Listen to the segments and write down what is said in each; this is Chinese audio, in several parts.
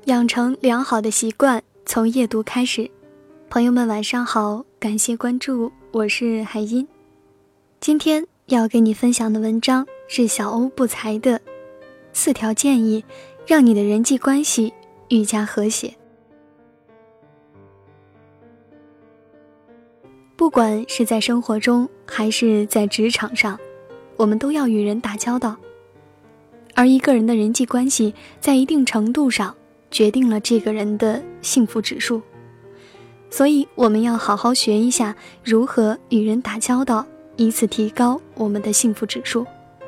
养成良好的习惯，从夜读开始。朋友们晚上好，感谢关注，我是海音。今天要给你分享的文章是小欧不才的4条建议，让你的人际关系愈加和谐。不管是在生活中还是在职场上，我们都要与人打交道，而一个人的人际关系在一定程度上决定了这个人的幸福指数，所以我们要好好学一下如何与人打交道，以此提高我们的幸福指数。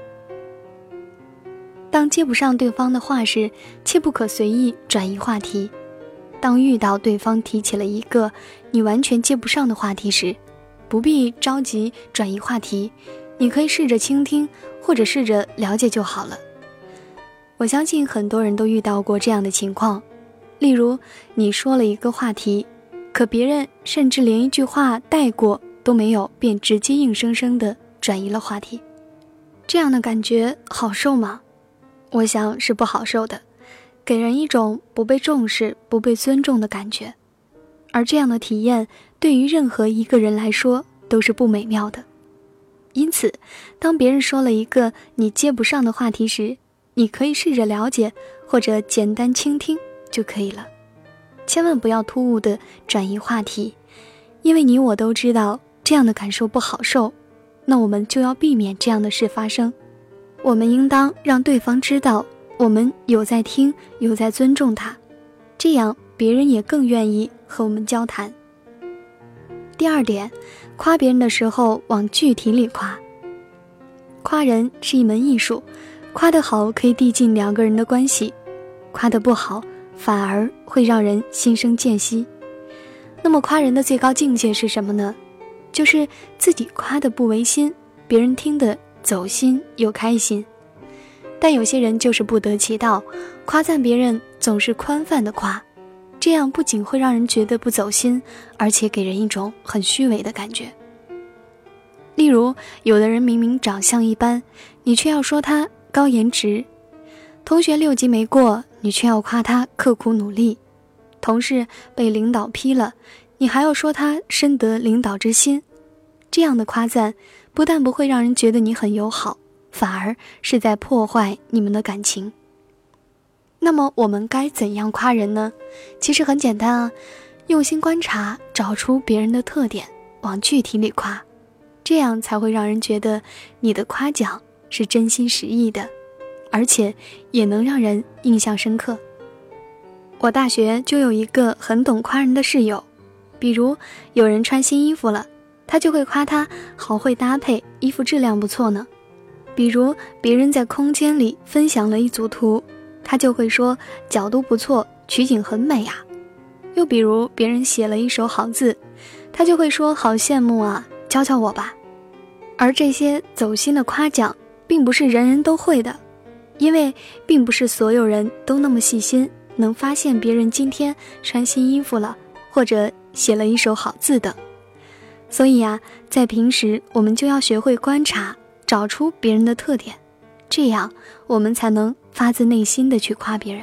当接不上对方的话时，切不可随意转移话题。当遇到对方提起了一个你完全接不上的话题时，不必着急转移话题，你可以试着倾听，或者试着了解就好了。我相信很多人都遇到过这样的情况，例如你说了一个话题，可别人甚至连一句话带过都没有，便直接硬生生地转移了话题。这样的感觉好受吗？我想是不好受的，给人一种不被重视、不被尊重的感觉。而这样的体验对于任何一个人来说都是不美妙的。因此，当别人说了一个你接不上的话题时，你可以试着了解，或者简单倾听就可以了。千万不要突兀地转移话题，因为你我都知道这样的感受不好受，那我们就要避免这样的事发生。我们应当让对方知道我们有在听，有在尊重他，这样别人也更愿意和我们交谈。第2点，夸别人的时候往具体里夸。夸人是一门艺术，夸得好可以递进2个人的关系，夸得不好反而会让人心生间隙。那么夸人的最高境界是什么呢？就是自己夸得不违心，别人听得走心又开心。但有些人就是不得其道，夸赞别人总是宽泛的夸，这样不仅会让人觉得不走心，而且给人一种很虚伪的感觉。例如，有的人明明长相一般，你却要说他高颜值；同学6级没过，你却要夸他刻苦努力；同事被领导批了，你还要说他深得领导之心。这样的夸赞不但不会让人觉得你很友好，反而是在破坏你们的感情。那么我们该怎样夸人呢？其实很简单啊，用心观察，找出别人的特点，往具体里夸，这样才会让人觉得你的夸奖是真心实意的，而且也能让人印象深刻。我大学就有一个很懂夸人的室友，比如有人穿新衣服了，他就会夸他好会搭配，衣服质量不错呢。比如别人在空间里分享了一组图，他就会说角度不错，取景很美啊。又比如别人写了一手好字，他就会说好羡慕啊，教教我吧。而这些走心的夸奖并不是人人都会的，因为并不是所有人都那么细心，能发现别人今天穿新衣服了，或者写了一手好字等。所以啊，在平时我们就要学会观察，找出别人的特点，这样我们才能发自内心的去夸别人。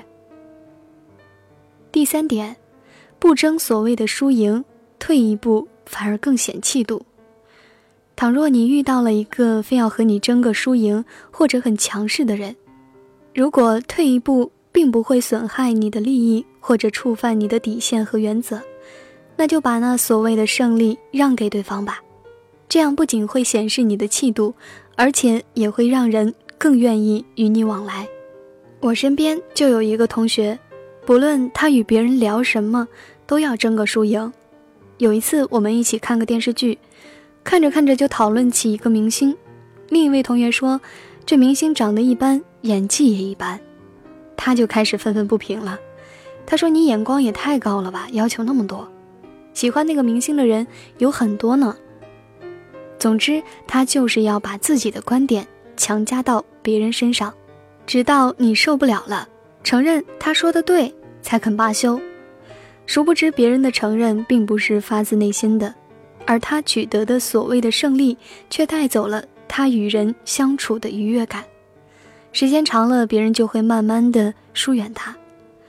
第3点，不争所谓的输赢，退一步反而更显气度。倘若你遇到了一个非要和你争个输赢或者很强势的人，如果退一步并不会损害你的利益或者触犯你的底线和原则，那就把那所谓的胜利让给对方吧。这样不仅会显示你的气度，而且也会让人更愿意与你往来。我身边就有一个同学，不论他与别人聊什么，都要争个输赢。有一次我们一起看个电视剧，看着看着就讨论起一个明星，另一位同学说这明星长得一般，演技也一般，他就开始愤愤不平了。他说你眼光也太高了吧，要求那么多，喜欢那个明星的人有很多呢。总之他就是要把自己的观点强加到别人身上，直到你受不了了，承认他说的对才肯罢休。殊不知别人的承认并不是发自内心的，而他取得的所谓的胜利却带走了他与人相处的愉悦感。时间长了，别人就会慢慢的疏远他。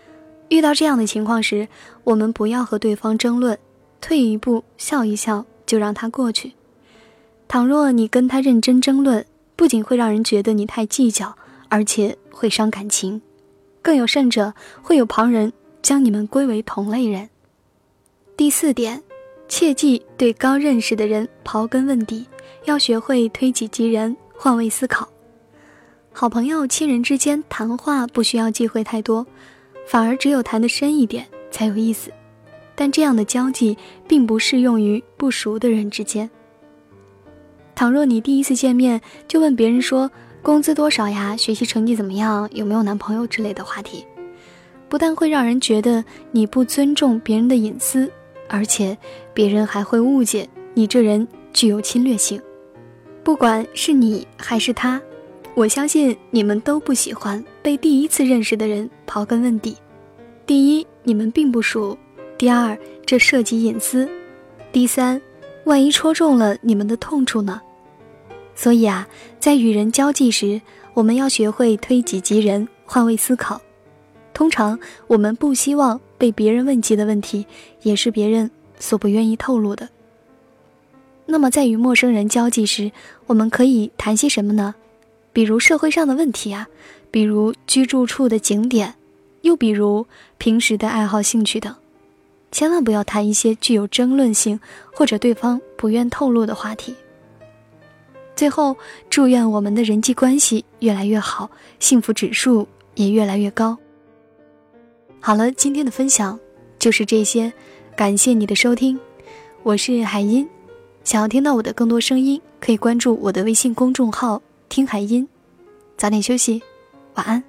遇到这样的情况时，我们不要和对方争论，退一步笑一笑，就让它过去。倘若你跟他认真争论，不仅会让人觉得你太计较，而且会伤感情，更有甚者，会有旁人将你们归为同类人。第4点，切忌对刚认识的人刨根问底，要学会推己及人，换位思考。好朋友、亲人之间谈话不需要忌讳太多，反而只有谈得深一点才有意思。但这样的交际并不适用于不熟的人之间。倘若你第一次见面就问别人说工资多少呀，学习成绩怎么样，有没有男朋友之类的话题，不但会让人觉得你不尊重别人的隐私，而且别人还会误解你这人具有侵略性。不管是你还是他，我相信你们都不喜欢被第一次认识的人刨根问底。第一，你们并不熟；第二，这涉及隐私；第三，万一戳中了你们的痛处呢？所以啊，在与人交际时，我们要学会推己及人，换位思考。通常我们不希望被别人问及的问题，也是别人所不愿意透露的。那么在与陌生人交际时，我们可以谈些什么呢？比如社会上的问题啊，比如居住处的景点，又比如平时的爱好兴趣等。千万不要谈一些具有争论性或者对方不愿透露的话题。最后，祝愿我们的人际关系越来越好，幸福指数也越来越高。好了，今天的分享就是这些，感谢你的收听，我是海音。想要听到我的更多声音，可以关注我的微信公众号听海音。早点休息，晚安。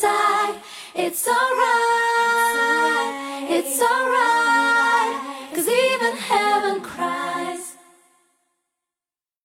side. It's alright, it's alright.